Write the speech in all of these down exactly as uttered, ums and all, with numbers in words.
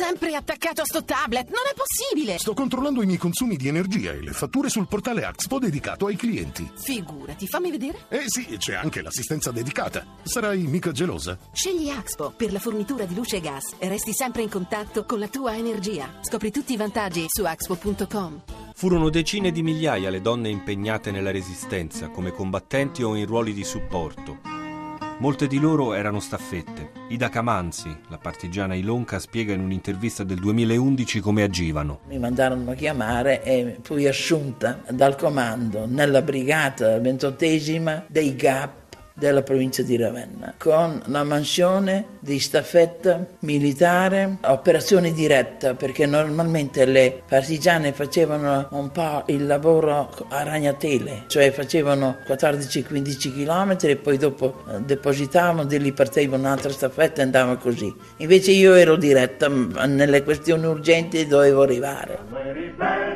sempre attaccato a sto tablet, non è possibile! Sto controllando i miei consumi di energia e le fatture sul portale Axpo dedicato ai clienti. Figurati, fammi vedere. Eh sì, c'è anche l'assistenza dedicata. Sarai mica gelosa? Scegli Axpo per la fornitura di luce e gas e resti sempre in contatto con la tua energia. Scopri tutti i vantaggi su axpo punto com. Furono decine di migliaia le donne impegnate nella resistenza come combattenti o in ruoli di supporto. Molte di loro erano staffette. Ida Camanzi, la partigiana Ilonca, spiega in un'intervista del duemilaundici come agivano. Mi mandarono a chiamare e fui assunta dal comando nella brigata ventottesima dei G A P della provincia di Ravenna, con la mansione di staffetta militare, operazione diretta, perché normalmente le partigiane facevano un po' il lavoro a ragnatele, cioè facevano quattordici quindici chilometri e poi dopo depositavano, di lì partiva un'altra staffetta e andava così. Invece io ero diretta, nelle questioni urgenti dovevo arrivare.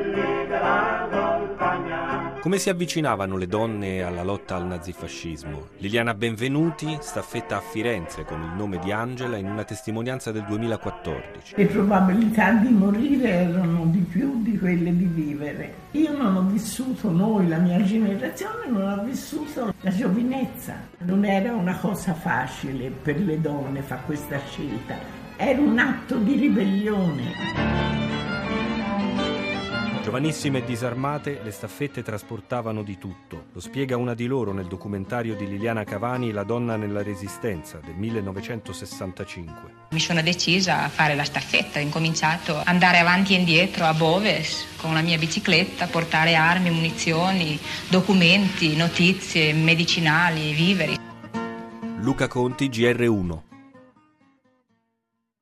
Come si avvicinavano le donne alla lotta al nazifascismo? Liliana Benvenuti, staffetta a Firenze con il nome di Angela, in una testimonianza del duemilaquattordici. Le probabilità di morire erano di più di quelle di vivere. Io non ho vissuto, noi, la mia generazione, non ha vissuto la giovinezza. Non era una cosa facile per le donne fare questa scelta, era un atto di ribellione. Giovanissime e disarmate, le staffette trasportavano di tutto. Lo spiega una di loro nel documentario di Liliana Cavani, La donna nella resistenza, del millenovecentosessantacinque. Mi sono decisa a fare la staffetta, ho incominciato ad andare avanti e indietro a Boves con la mia bicicletta, portare armi, munizioni, documenti, notizie, medicinali, viveri. Luca Conti, G R uno.